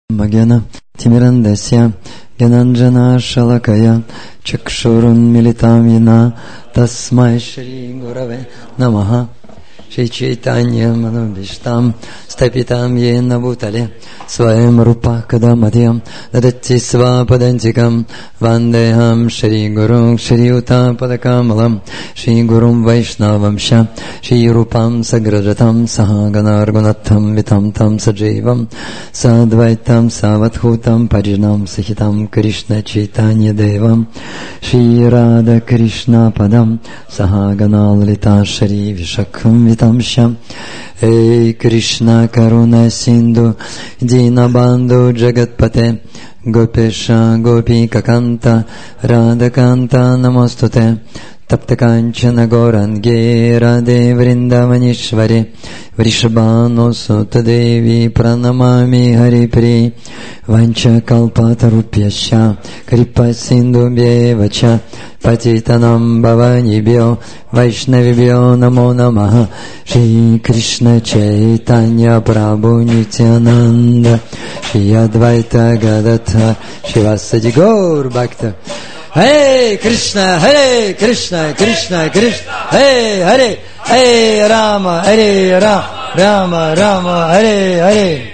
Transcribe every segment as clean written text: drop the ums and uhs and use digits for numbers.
Magena Timirandasya Gananjana Shalakaya Chakshurun Militam Yena Tasmai Shri Gurave Namaha Shri Chaitanya Manobhishtam Stapitam Yena Bhutale Swayam Rupa Kadamadhyam Dadati Svapadantikam Vandeham Shri Guru Shri Uta Padakamalam Shri Gurum Vaishnavamsha Shri Rupam Sagrajatam Sahagana Argunatham Vitam Tam Sajivam Sadvaitam Savathutam Parijnam Sahitam Krishna Chaitanya Devam Shri Radha Krishna Padam Sahagana Lalita Shri Vishakham Vitam Sham Hey Krishna Karuna Sindhu Dinabandhu Jagatpate Gopesha Gopika Kanta Radha Kanta Namostute Taptakanchana Gorange Radhe Vrindavanishvari Vrishabhano Sutadevi Pranamami Haripri Vancha Kalpatarupyasya Kripa Sindhu Bhevacha Patitanam Bhavanibhyo Vaishnavibhyo Namo Namaha Shri Krishna Chaitanya Prabhu Nityananda Shri Advaita Gadadhar Shivasadi Gaur Bhakta Hare Krishna, Krishna Krishna, Hare Hare, Hare Rama, Rama Rama, Hare Hare.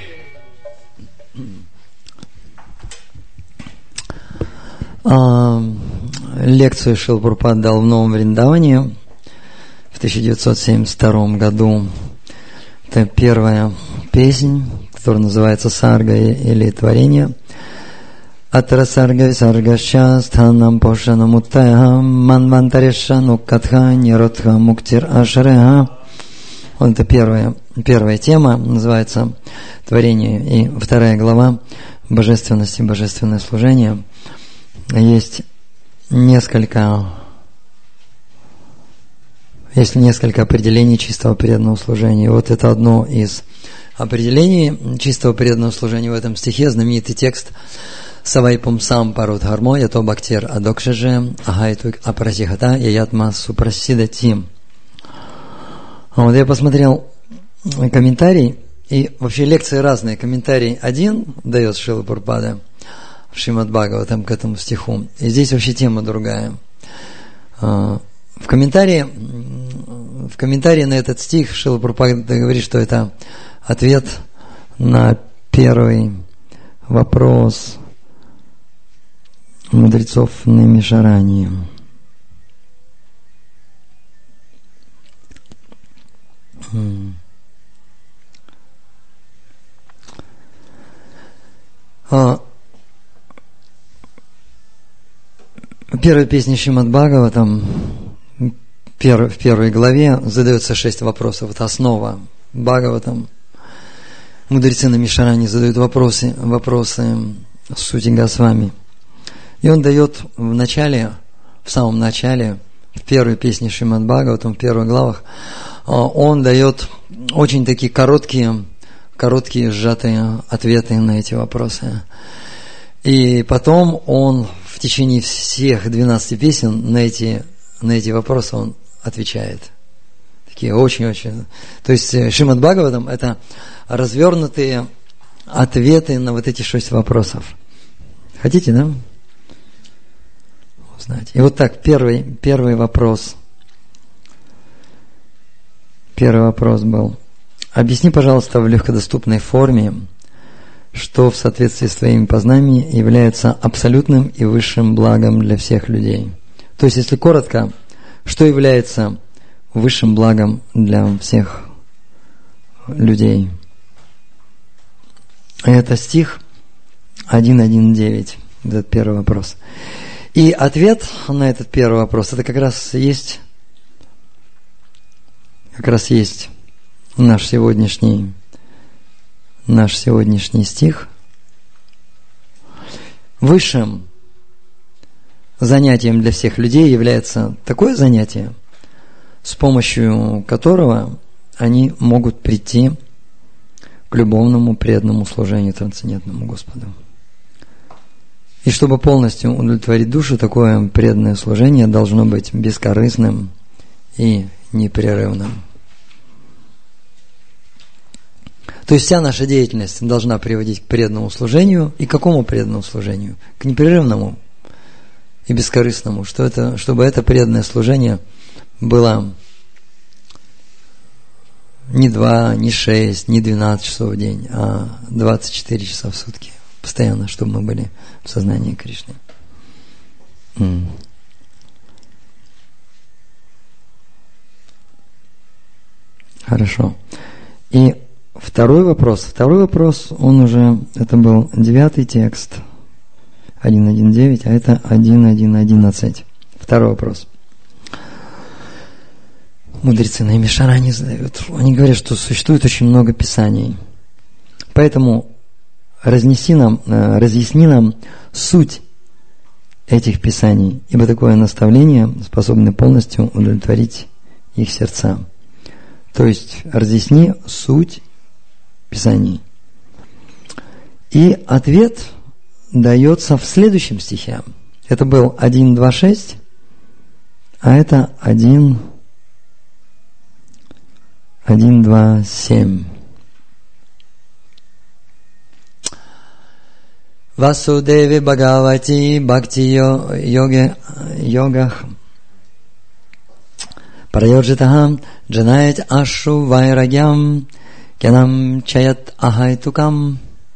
Лекцию Шрила Прабхупада дал в Новом Вриндаване в 1972 году. Это первая песнь, которая называется «Сарга» или «Творение». Atra sarga visargascha sthanam poshanam uttayaham manvantaresha nуккатха ниродха муктир ашареха. Вот это первая тема, называется «Творение». И вторая глава «Божественность и божественное служение». Есть несколько определений чистого преданного служения. И вот это одно из определений чистого преданного служения в этом стихе, знаменитый текст Савайпум сам парут хармо, ято бхактир адокшаже, агайту апрасихата, яятма супрасидати. Вот я посмотрел комментарий, и вообще лекции разные. Комментарий один дает Шрила Прабхупада в Шримад Бхагаватам к этому стиху, и здесь вообще тема другая. В комментарии на этот стих Шрила Прабхупада говорит, что это ответ на первый вопрос мудрецов Наймишарани. Первая песня Шримад Бхагаватам в первой главе задается 6 вопросов. Это основа Бхагаватам. Мудрецы Наймишарани задают вопросы сути Госвами. И он дает в самом начале, в первой песне Шримад Бхагаватам, в первых главах, он дает очень такие короткие, сжатые ответы на эти вопросы. И потом он в течение всех 12 песен на эти вопросы он отвечает. Такие очень-очень... То есть Шримад Бхагаватам – это развернутые ответы на вот эти 6 вопросов. Хотите, да? Узнать. И вот так, первый вопрос. Первый вопрос был. Объясни, пожалуйста, в легкодоступной форме, что в соответствии с твоими познаниями является абсолютным и высшим благом для всех людей. То есть, если коротко, что является высшим благом для всех людей? Это стих 1.1.9, этот первый вопрос. И ответ на этот первый вопрос, это как раз есть наш сегодняшний стих. Высшим занятием для всех людей является такое занятие, с помощью которого они могут прийти к любовному преданному служению трансцендентному Господу. И чтобы полностью удовлетворить душу, такое преданное служение должно быть бескорыстным и непрерывным. То есть вся наша деятельность должна приводить к преданному служению. И к какому преданному служению? К непрерывному и бескорыстному. Чтобы это преданное служение было не 2, не 6, не 12 часов в день, а 24 часа в сутки. Постоянно, чтобы мы были в сознании Кришны. Хорошо. И второй вопрос, он уже, это был 9 текст, 1.1.9, а это 1.1.11. Второй вопрос. Мудрецы на Наймишаране задают. Они говорят, что существует очень много писаний. Поэтому разъясни нам суть этих писаний, ибо такое наставление способно полностью удовлетворить их сердца. То есть разъясни суть писаний. И ответ дается в следующем стихе. Это был 1.2.6, а это 1.2.7. Васудеви Бхагавати Бхакти Йогах Прайоджитахам Джанаят Ашу Вайрагям Кянам Чаят Ахайтукам.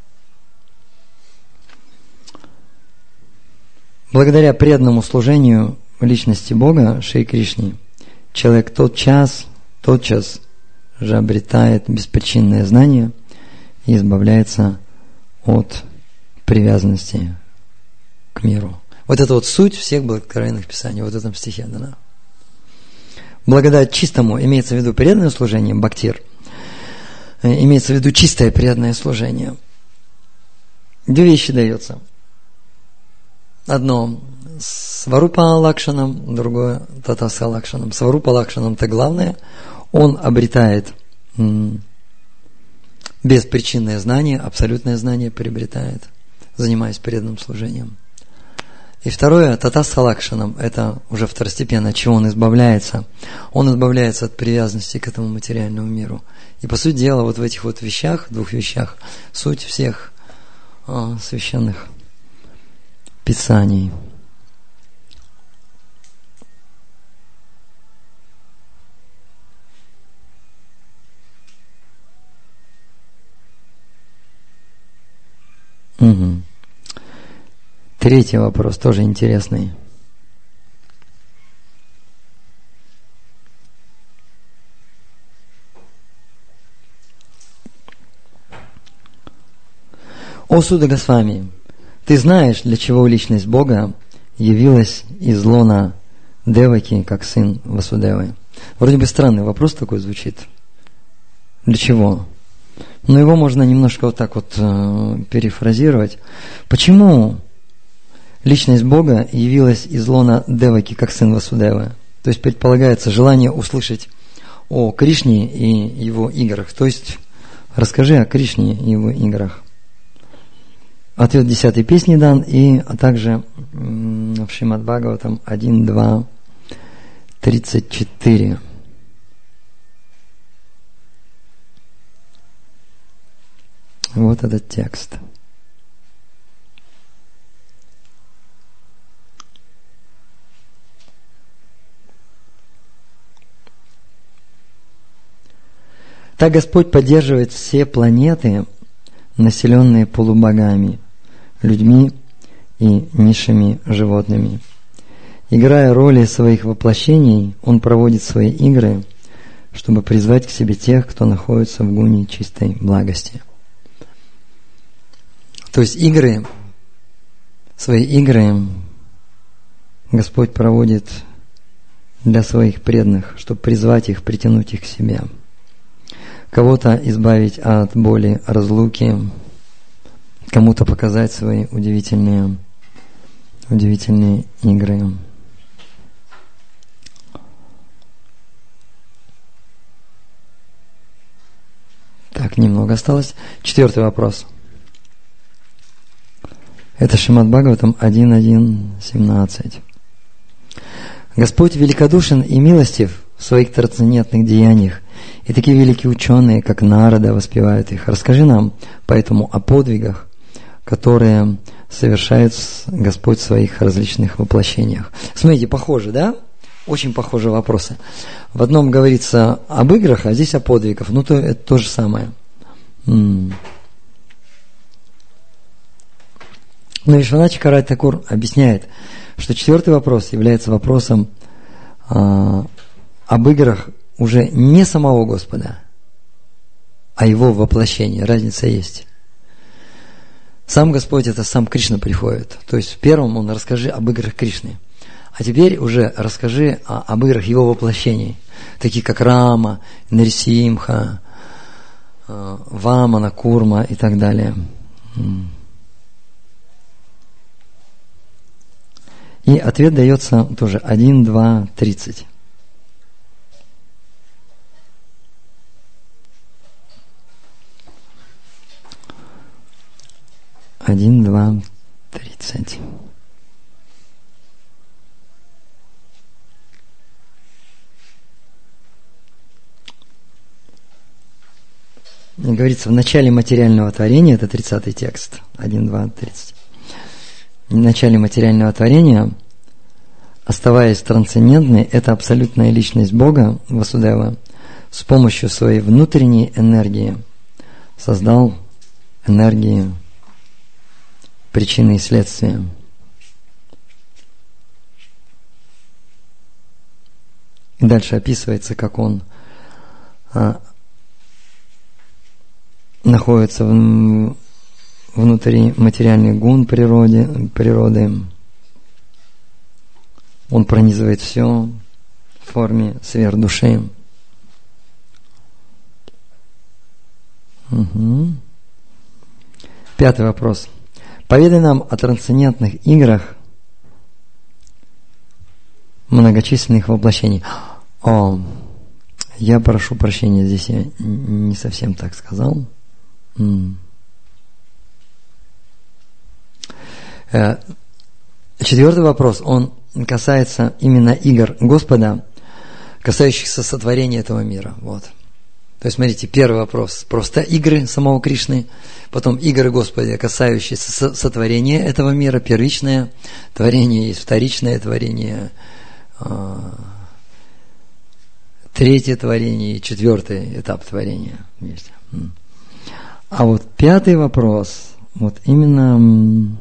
Благодаря преданному служению личности Бога, Шри Кришне, человек тотчас же обретает беспричинное знание и избавляется от привязанности к миру. Вот это вот суть всех благословенных писаний, вот в этом стихе дана. Благодать чистому имеется в виду преданное служение, бхактир, имеется в виду чистое преданное служение. Две вещи дается. Одно сварупа лакшанам, другое татаса лакшанам. Сварупа лакшанам это главное. Он обретает беспричинное знание, абсолютное знание приобретает, занимаясь преданным служением. И второе, татаса лакшанам, это уже второстепенно, от чего он избавляется. Он избавляется от привязанности к этому материальному миру. И по сути дела, вот в этих вот вещах, двух вещах, суть всех священных писаний. Угу. Третий вопрос, тоже интересный. О Суда Госвами, ты знаешь, для чего личность Бога явилась из лона Деваки, как сын Васудевы? Вроде бы странный вопрос такой звучит. Для чего? Но его можно немножко вот так вот перефразировать. Почему личность Бога явилась из лона Деваки, как сын Васудевы? То есть предполагается желание услышать о Кришне и его играх. То есть расскажи о Кришне и его играх. Ответ 10 песни дан, а также в Шримад Бхагаватам 1.2.34. Вот этот текст. Так Господь поддерживает все планеты, населенные полубогами, людьми и низшими животными. Играя роли своих воплощений, Он проводит свои игры, чтобы призвать к себе тех, кто находится в гуне чистой благости. То есть свои игры Господь проводит для своих преданных, чтобы призвать их, притянуть их к себе. Кого-то избавить от боли разлуки, кому-то показать свои удивительные игры. Так, немного осталось. 4 вопрос. Это Шримад Бхагаватам 1.1.17. Господь великодушен и милостив в своих трансцендентных деяниях И такие великие ученые, как Нарада, воспевают их. Расскажи нам поэтому о подвигах, которые совершает Господь в своих различных воплощениях. Смотрите, похоже, да? Очень похожие вопросы. В одном говорится об играх, а здесь о подвигах. Ну, то это то же самое. Но Вишванат Чакарай Такур объясняет, что 4-й вопрос является вопросом об играх уже не самого Господа, а Его воплощения. Разница есть. Сам Господь, это сам Кришна приходит. То есть в первом он расскажи об играх Кришны. А теперь уже расскажи об играх Его воплощений, такие как Рама, Нарисимха, Вамана, Курма и так далее. И ответ дается тоже 1, 2, 30. 1, 2, 30. Говорится, в начале материального творения, это 30-й текст, 1, 2, 30. В начале материального творения, оставаясь трансцендентной, это абсолютная личность Бога, Васудева, с помощью своей внутренней энергии создал энергии причины и следствия. И дальше описывается, как он находится внутри материальных гун природы. Он пронизывает все в форме сверхдуши. Угу. 5-й вопрос. Поведай нам о трансцендентных играх многочисленных воплощений. Я прошу прощения, здесь я не совсем так сказал. 4-й вопрос, он касается именно игр Господа, касающихся сотворения этого мира. Вот. То есть, смотрите, первый вопрос, просто игры самого Кришны, потом игры Господа, касающиеся сотворения этого мира, первичное творение, есть вторичное творение, 3-е творение и 4-й этап творения вместе. А вот 5-й вопрос, вот именно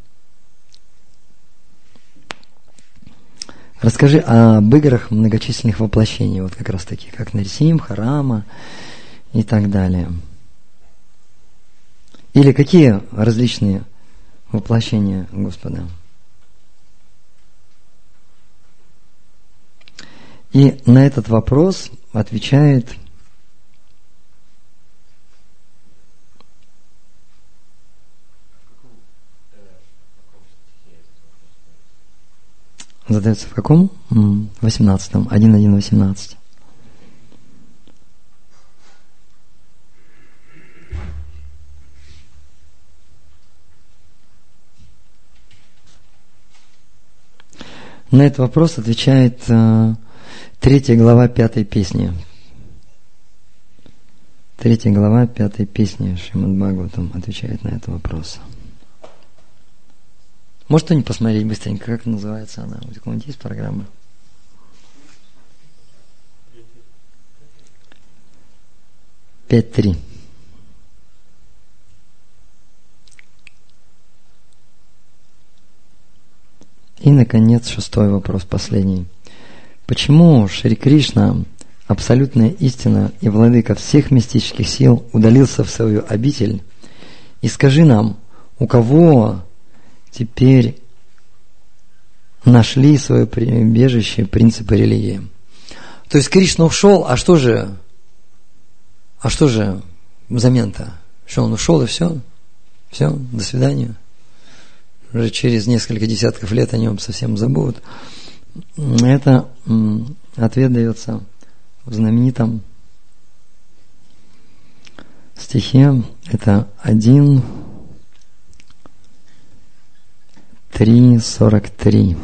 расскажи об играх многочисленных воплощений, вот как раз таких, как Нарисимха, Рама и так далее. Или какие различные воплощения Господа. И на этот вопрос отвечает задается в каком? 18-м. 1.1.18. На этот вопрос отвечает 3 глава 5 песни. 3 глава 5 песни Шримад Бхагаватам отвечает на этот вопрос. Может кто-нибудь посмотреть быстренько, как называется она? У кого-нибудь есть программа? Пять 3. И, наконец, 6-й вопрос, последний. Почему Шри Кришна, абсолютная истина и владыка всех мистических сил, удалился в свою обитель? И скажи нам, у кого теперь нашли свое прибежище принципы религии? То есть Кришна ушел, а что же взамен-то? Что он ушел и все? Все, до свидания. Уже через несколько десятков лет о нем совсем забудут. Это ответ дается в знаменитом стихе. Это 1.3.43.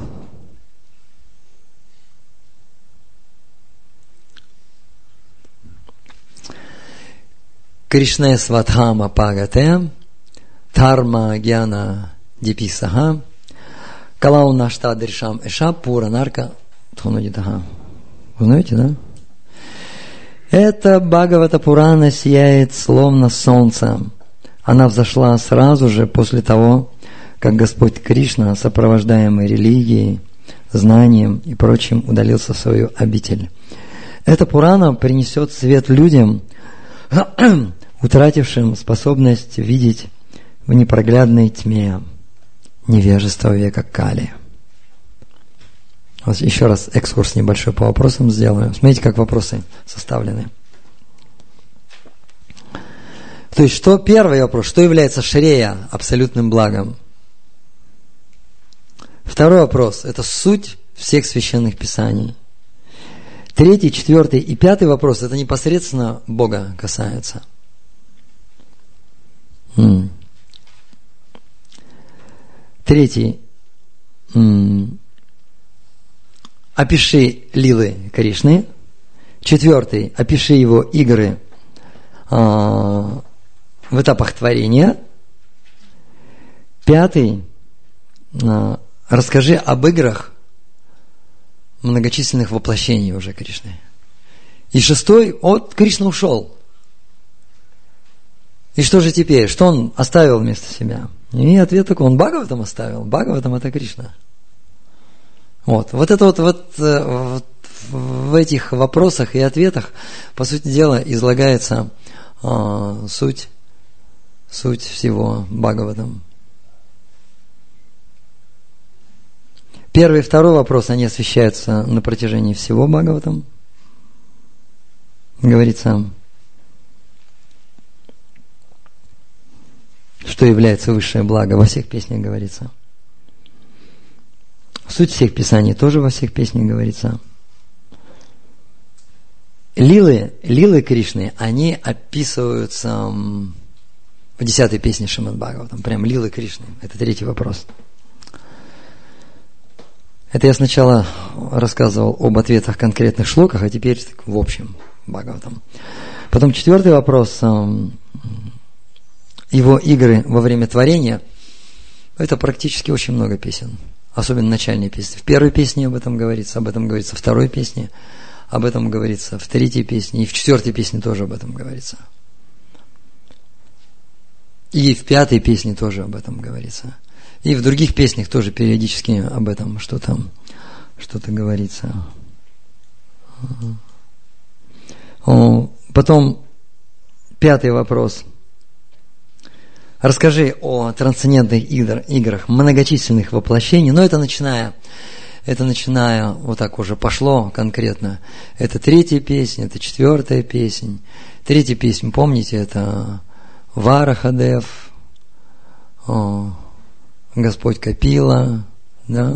Кришне сватхама пагате, дхарма гьяна диписаха, калау нашта дришам эша пура нарка тхунудитаха. Вы знаете, да? Эта Бхагавата Пурана сияет словно солнце. Она взошла сразу же после того, как Господь Кришна, сопровождаемый религией, знанием и прочим, удалился в свою обитель. Эта Пурана принесет свет людям, утратившим способность видеть в непроглядной тьме невежество века Кали. Вот еще раз экскурс небольшой по вопросам сделаю. Смотрите, как вопросы составлены. То есть, что первый вопрос, что является шрея, абсолютным благом? Второй вопрос, это суть всех священных писаний. Третий, четвертый и пятый вопрос, это непосредственно Бога касается. Третий. Опиши лилы Кришны. Четвертый. Опиши его игры в этапах творения. Пятый. Расскажи об играх многочисленных воплощений уже Кришны. И шестой. Кришна ушел. И что же теперь? Что он оставил вместо себя? И ответ такой, он Бхагаватам оставил. Бхагаватам это Кришна. Вот это в этих вопросах и ответах, по сути дела, излагается суть всего Бхагаватам. Первый и второй вопрос, они освещаются на протяжении всего Бхагаватам. Говорится, что является высшее благо, во всех песнях говорится. Суть всех писаний тоже во всех песнях говорится. Лилы Кришны, они описываются в 10-й песне Шримад Бхагаватам. Прям лилы Кришны. Это третий вопрос. Это я сначала рассказывал об ответах конкретных шлоках, а теперь в общем Бхагаватам. Потом четвертый вопрос. Его игры во время творения. Это практически очень много песен. Особенно начальные песни. В первой песне об этом говорится во второй песне, об этом говорится в третьей песне, и в четвертой песне тоже об этом говорится. И в пятой песне тоже об этом говорится. И в других песнях тоже периодически об этом что-то говорится. Потом пятый вопрос. Расскажи о трансцендентных играх многочисленных воплощений, но это начиная, вот так уже пошло конкретно. Это третья песня, это четвертая песня. Третья песня, помните, это Варахадев, Господь Капила, да?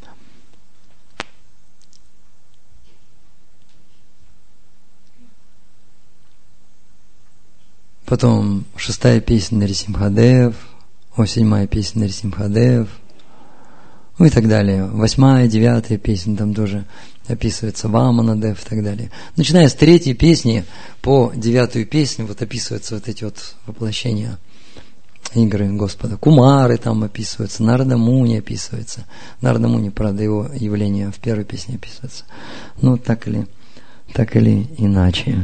Потом 6-я песня Нарисимхадев, 7-я песня Нарисимхадев, и так далее. 8-я, 9-я песня, там тоже описывается Ваманадев и так далее. Начиная с 3-й песни по 9-ю песню описываются эти воплощения игры Господа. Кумары там описываются, Нарада Муни описывается. Нарада Муни, правда, его явление в первой песне описывается. Так или иначе.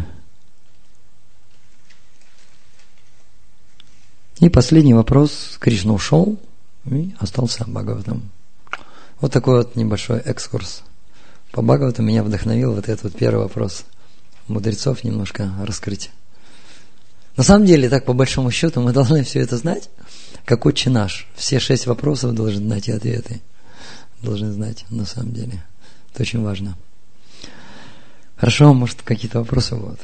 И последний вопрос. Кришна ушел и остался Бхагаватам. Вот такой небольшой экскурс по Бхагавату. Меня вдохновил этот первый вопрос мудрецов немножко раскрыть. На самом деле, так по большому счету, мы должны все это знать, как Отче наш. Все 6 вопросов должны знать и ответы. Должны знать, на самом деле. Это очень важно. Хорошо, может, какие-то вопросы будут?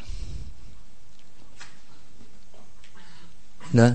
Да?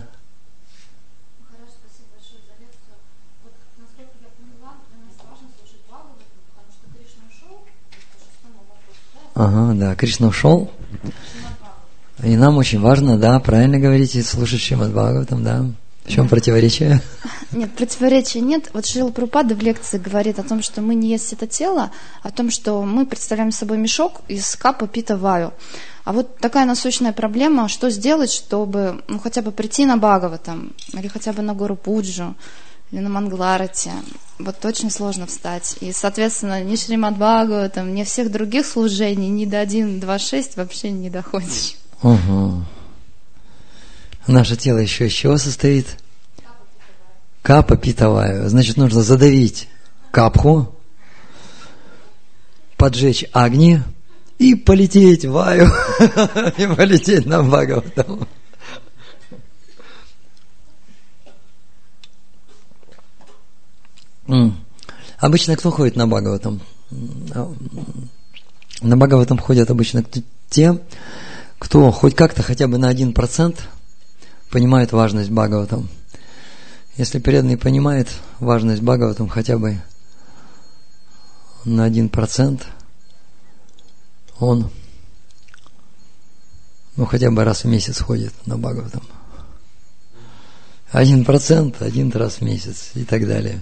Ага, да, Кришна ушел. И нам очень важно, да, правильно говорите, слушать Шримад Бхагаватам, да. В чем противоречие? Нет, противоречия нет. Вот Шрила Прабхупада в лекции говорит о том, что мы не есть это тело, о том, что мы представляем собой мешок из капа пита ваю. А вот такая насущная проблема, что сделать, чтобы хотя бы прийти на Бхагаватам, или хотя бы на гору Пуджу, или на Мангаларати. Вот очень сложно встать. И, соответственно, ни Шримад Бхагаватам, ни всех других служений, ни до 1.2.6 вообще не доходишь. Угу. Наше тело еще из чего состоит? Капа питовая. Значит, нужно задавить капху, поджечь агни и полететь в Ваю, и полететь на Бхагаватам. Обычно кто ходит на Бхагаватам? На Бхагаватам ходят обычно те, кто хоть как-то хотя бы на 1% понимает важность Бхагаватам. Если преданный понимает важность Бхагаватам хотя бы на 1%, он хотя бы раз в месяц ходит на Бхагаватам. 1% один раз в месяц и так далее.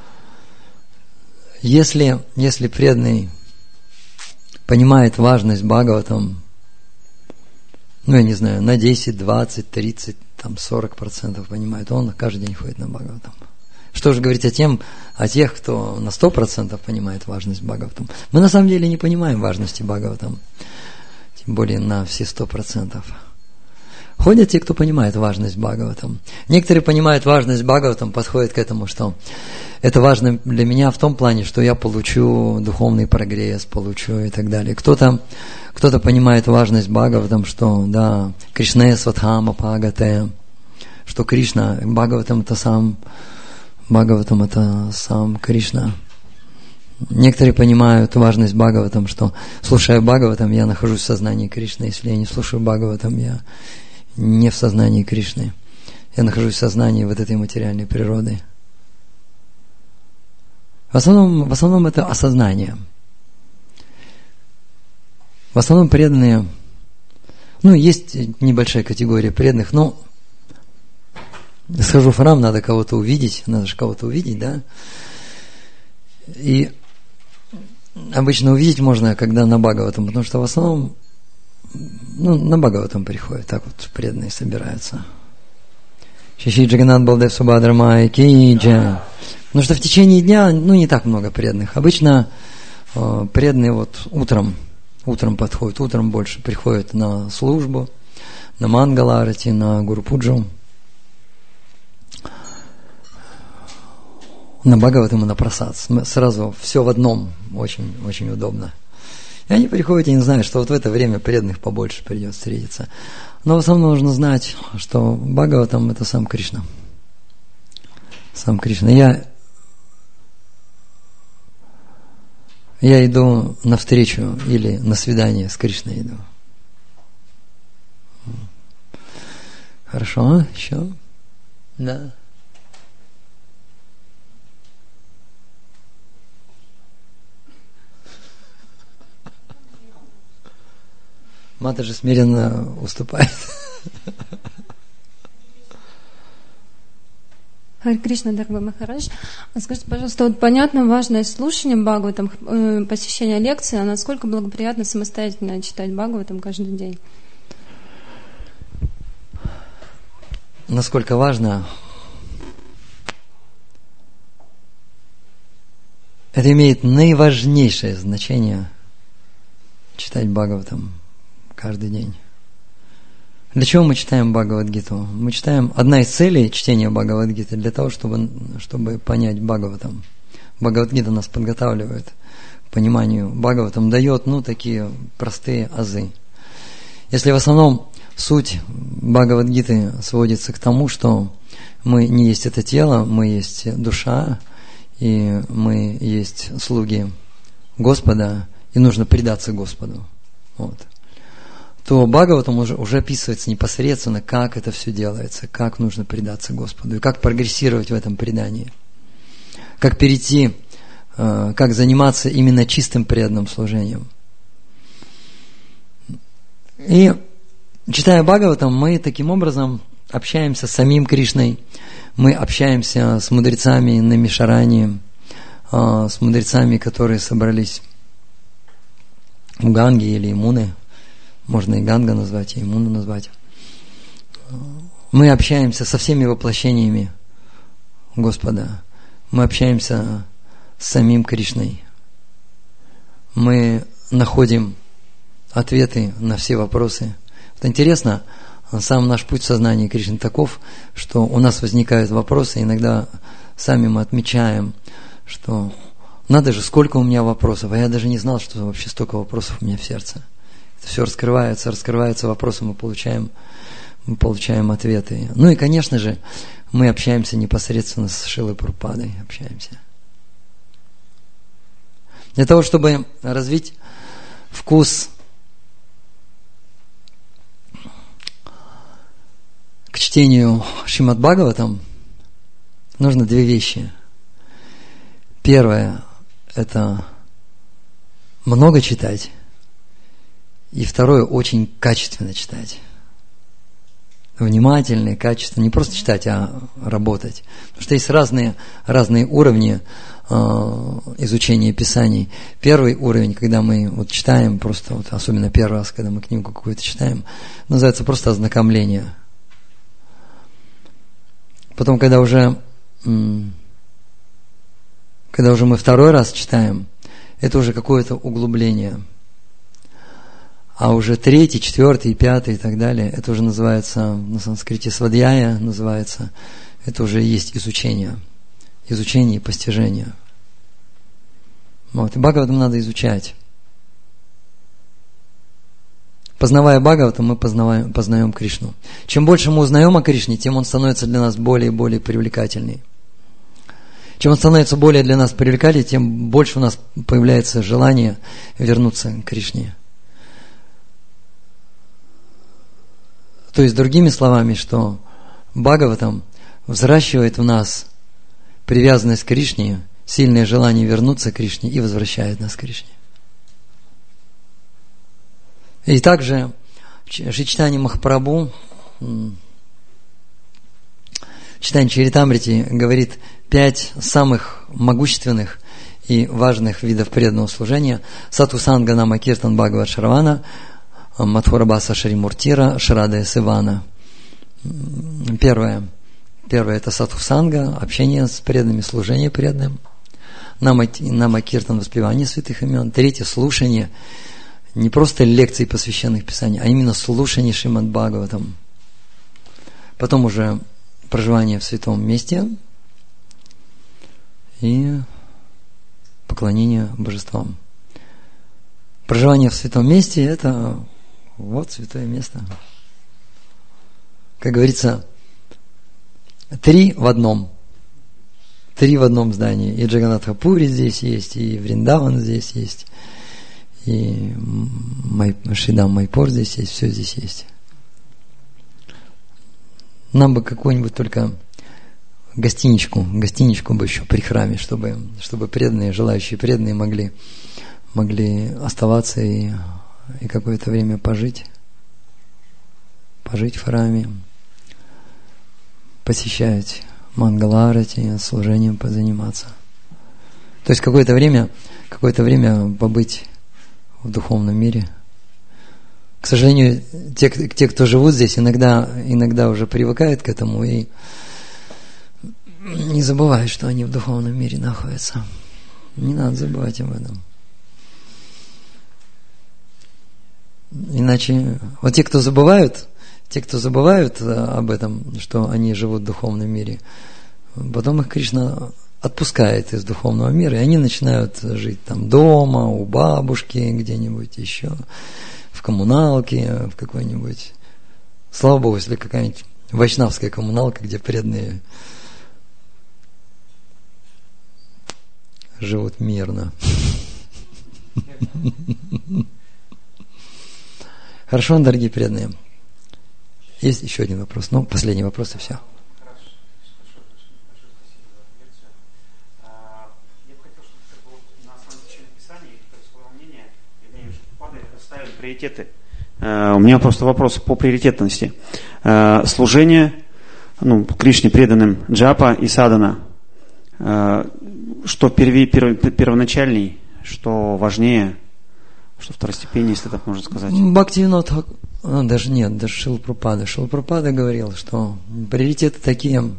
Если преданный понимает важность Бхагаватам, я не знаю, на 10, 20, 30, 40% понимает, он каждый день ходит на Бхагаватам. Что же говорить о тех, кто на 100% понимает важность Бхагаватам? Мы на самом деле не понимаем важности Бхагаватам, тем более на все 100%. Ходят те, кто понимает важность Бхагаватам. Некоторые понимают важность Бхагаватам, подходят к этому, что это важно для меня в том плане, что я получу духовный прогресс, получу и так далее. Кто-то понимает важность Бхагаватам, что да, Кришна Сватхама Пагате, что Кришна, Бхагаватам это сам Кришна. Некоторые понимают важность Бхагаватам, что слушая Бхагаватам, я нахожусь в сознании Кришны. Если я не слушаю Бхагаватам, я не в сознании Кришны. Я нахожусь в сознании вот этой материальной природы. В основном это осознание. В основном преданные, есть небольшая категория преданных, схожу в храм, надо же кого-то увидеть, да? И обычно увидеть можно, когда на Бхагаватам, потому что в основном на Бхагаватам приходят, так вот преданные собираются. Шиши Джаганнат Балдев Субхадра Май Ки Джай. Потому что в течение дня, не так много преданных. Обычно преданные утром подходят, утром больше приходят на службу, на Мангаларати, на Гуру Пуджу, на Бхагаватам и на Прасад. Сразу все в одном, очень, очень удобно. И они приходят и не знают, что в это время преданных побольше придет встретиться. Но в основном нужно знать, что Бхагаватам это сам Кришна. Сам Кришна. Я иду навстречу или на свидание с Кришной иду. Хорошо, еще? Да. Мата же смиренно уступает. Хари Кришна, дорогой Махарадж, скажите, пожалуйста, понятно важность слушания Бхагаватам, посещения лекций, а насколько благоприятно самостоятельно читать Бхагаватам каждый день? Насколько важно? Это имеет наиважнейшее значение читать Бхагаватам каждый день. Для чего мы читаем Бхагавад-гиту? Мы читаем, одна из целей чтения Бхагавад-гиты для того, чтобы понять Бхагаватам. Бхагавад-гита нас подготавливает к пониманию. Бхагаватам дает, такие простые азы. Если в основном суть Бхагавад-гиты сводится к тому, что мы не есть это тело, мы есть душа, и мы есть слуги Господа, и нужно предаться Господу. То Бхагаватам уже описывается непосредственно, как это все делается, как нужно предаться Господу, и как прогрессировать в этом предании, как перейти, как заниматься именно чистым преданным служением. И читая Бхагаватам, мы таким образом общаемся с самим Кришной, мы общаемся с мудрецами на Мишаране, с мудрецами, которые собрались у Ганги или Ямуны. можно и Ганга назвать, и Ямуну назвать. Мы общаемся со всеми воплощениями Господа. Мы общаемся с самим Кришной. Мы находим ответы на все вопросы. Вот интересно, сам наш путь в сознании Кришны таков, что у нас возникают вопросы, иногда сами мы отмечаем, что надо же, сколько у меня вопросов, а я даже не знал, что вообще столько вопросов у меня в сердце. Это все раскрывается вопросы, мы получаем ответы. Ну и, конечно же, мы общаемся непосредственно с Шрилой Прабхупадой, общаемся. Для того, чтобы развить вкус к чтению Шримад Бхагаватам, нужно две вещи. Первое – это много читать. И второе – очень качественно читать. Внимательно и качественно. Не просто читать, а работать. Потому что есть разные уровни изучения Писаний. Первый уровень, когда мы вот читаем, просто вот, особенно первый раз, когда мы книгу какую-то читаем, называется просто ознакомление. Потом, когда уже мы второй раз читаем, это уже какое-то углубление. А уже третий, четвертый, пятый и так далее, это уже называется, на санскрите свадьяя называется, это уже есть изучение и постижение. Вот. И Бхагаватам надо изучать. Познавая Бхагаватам, мы познаем Кришну. Чем больше мы узнаем о Кришне, тем он становится для нас более и более привлекательный. Чем он становится более для нас привлекательным, тем больше у нас появляется желание вернуться к Кришне. То есть, другими словами, что Бхагаватам взращивает в нас привязанность к Кришне, сильное желание вернуться к Кришне и возвращает нас к Кришне. И также Шри Чайтанья Махапрабху, Чайтанья Чаритамрити говорит 5 самых могущественных и важных видов преданного служения. Сатхусанга Нама Киртан Бхагават Шравана, Мадхурабаса Шримуртира, Шрадая Сивана. Первое это садхусанга, общение с преданными, служение преданным. Нама Киртан, воспевание святых имен. Третье, слушание. Не просто лекции по священных писаниям, а именно слушание Шримад Бхагаватам. Потом уже проживание в святом месте и поклонение божествам. Проживание в святом месте – это вот святое место. Как говорится, 3 в одном здании. И Джаганнатха-пури здесь есть, и Вриндаван здесь есть, и Шридам Майпур здесь есть, все здесь есть. Нам бы какую-нибудь только гостиничку бы еще при храме, чтобы преданные, желающие преданные могли оставаться и какое-то время пожить в храме, посещать мангаларати, служением позаниматься. То есть какое-то время побыть в духовном мире. К сожалению, те, кто живут здесь, иногда уже привыкают к этому и не забывают, что они в духовном мире находятся. Не надо забывать об этом. Иначе, вот те, кто забывают об этом, что они живут в духовном мире, потом их Кришна отпускает из духовного мира, и они начинают жить там дома, у бабушки, где-нибудь еще, в коммуналке, в какой-нибудь. Слава Богу, если какая-нибудь вайшнавская коммуналка, где преданные живут мирно. Хорошо, дорогие преданные. Есть еще один вопрос. Последний вопрос и все. Я бы хотел, чтобы на основе священных писаний, свое мнение, расставили приоритеты. У меня просто вопрос по приоритетности. Служение, Кришне преданным, джапа и садана. Что первоначальней, что важнее? Что второстепеннее, если так можно сказать? Бхактивинод, даже нет, даже Шрила Прабхупада. Шрила Прабхупада говорил, что приоритеты такие,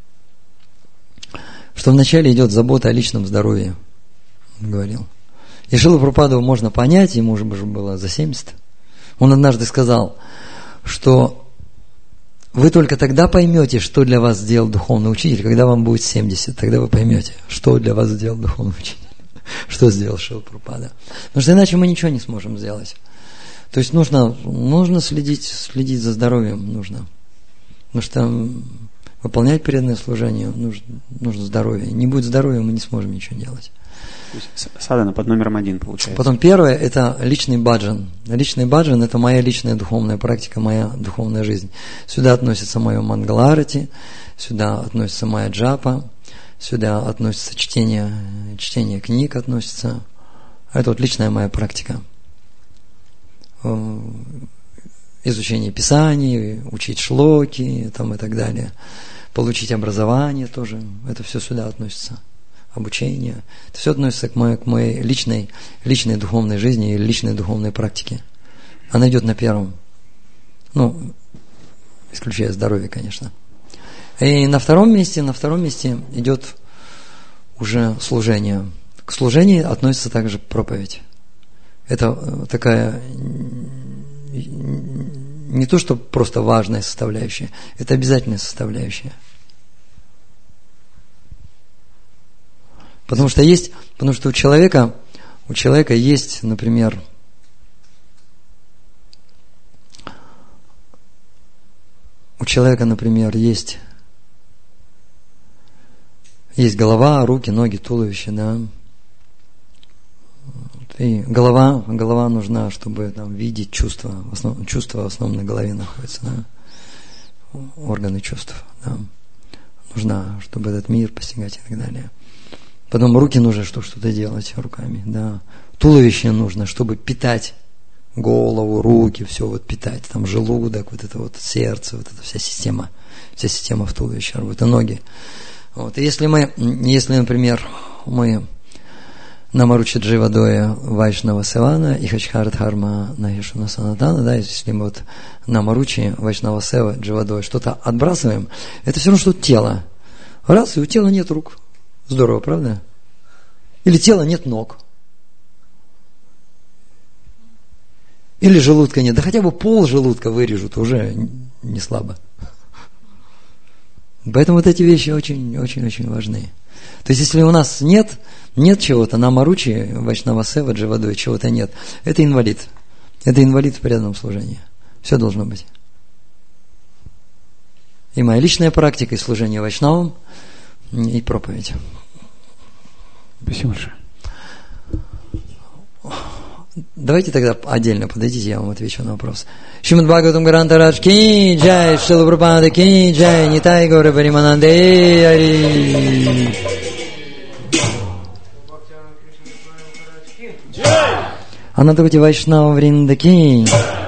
что вначале идет забота о личном здоровье, говорил. И Шрила Прабхупаду можно понять, ему уже было за 70. Он однажды сказал, что вы только тогда поймете, что для вас сделал духовный учитель, когда вам будет 70. Тогда вы поймете, что для вас сделал духовный учитель. Что сделал Шрила Прабхупада. Потому что иначе мы ничего не сможем сделать. То есть нужно следить за здоровьем. Нужно. Потому что выполнять преданное служение нужно здоровье. Не будет здоровья, мы не сможем ничего делать. То есть садхана под номером 1 получается. Потом первое – это личный баджан. Личный баджан – это моя личная духовная практика, моя духовная жизнь. Сюда относится мое мангаларати, сюда относится моя джапа, сюда относится чтение книг относится. Это вот личная моя практика. Изучение писаний, учить шлоки там, и так далее. Получить образование тоже. Это все сюда относится. Обучение. Это все относится к моей личной духовной жизни или личной духовной практике. Она идет на первом. Исключая здоровье, конечно. И на втором месте идет уже служение. К служению относится также проповедь. Это такая не то, что просто важная составляющая, это обязательная составляющая. Потому что у человека есть, например, есть голова, руки, ноги, туловище, да. И голова нужна, чтобы там видеть чувства. Чувства в основном на голове находятся, да. Органы чувств, да. Нужна, чтобы этот мир постигать и так далее. Потом руки нужно, чтобы что-то делать руками, да. Туловище нужно, чтобы питать голову, руки, все вот питать. Там желудок, вот это вот сердце, вот эта вся система в туловище, вот и ноги. Вот. И если, например, мы Намаручи Дживадоя Вайшнава Севана и Хачхара Дхарма Нахишуна Санатана, да, если мы вот Намаручи Вайшнава Сева Дживадоя что-то отбрасываем, это все равно что тело. Раз, и у тела нет рук. Здорово, правда? Или тела нет ног. Или желудка нет. Да хотя бы пол желудка вырежут, уже не слабо. Поэтому вот эти вещи очень-очень важны. То есть, если у нас нет чего-то, Намаручи, Вайшнава Сева, Дживадоя, чего-то нет, это инвалид. Это инвалид в преданном служении. Все должно быть. И моя личная практика, и служение Вайшнавам, и проповедь. Спасибо большое. Давайте тогда отдельно подойдите, я вам отвечу на вопрос. Шримад Бхагаватам Гарантарадж ки джай, Шрила Прабхупада ки джай, Нитай Гаура Паримананде Ари. Анатати Вайшнава Вринда ки.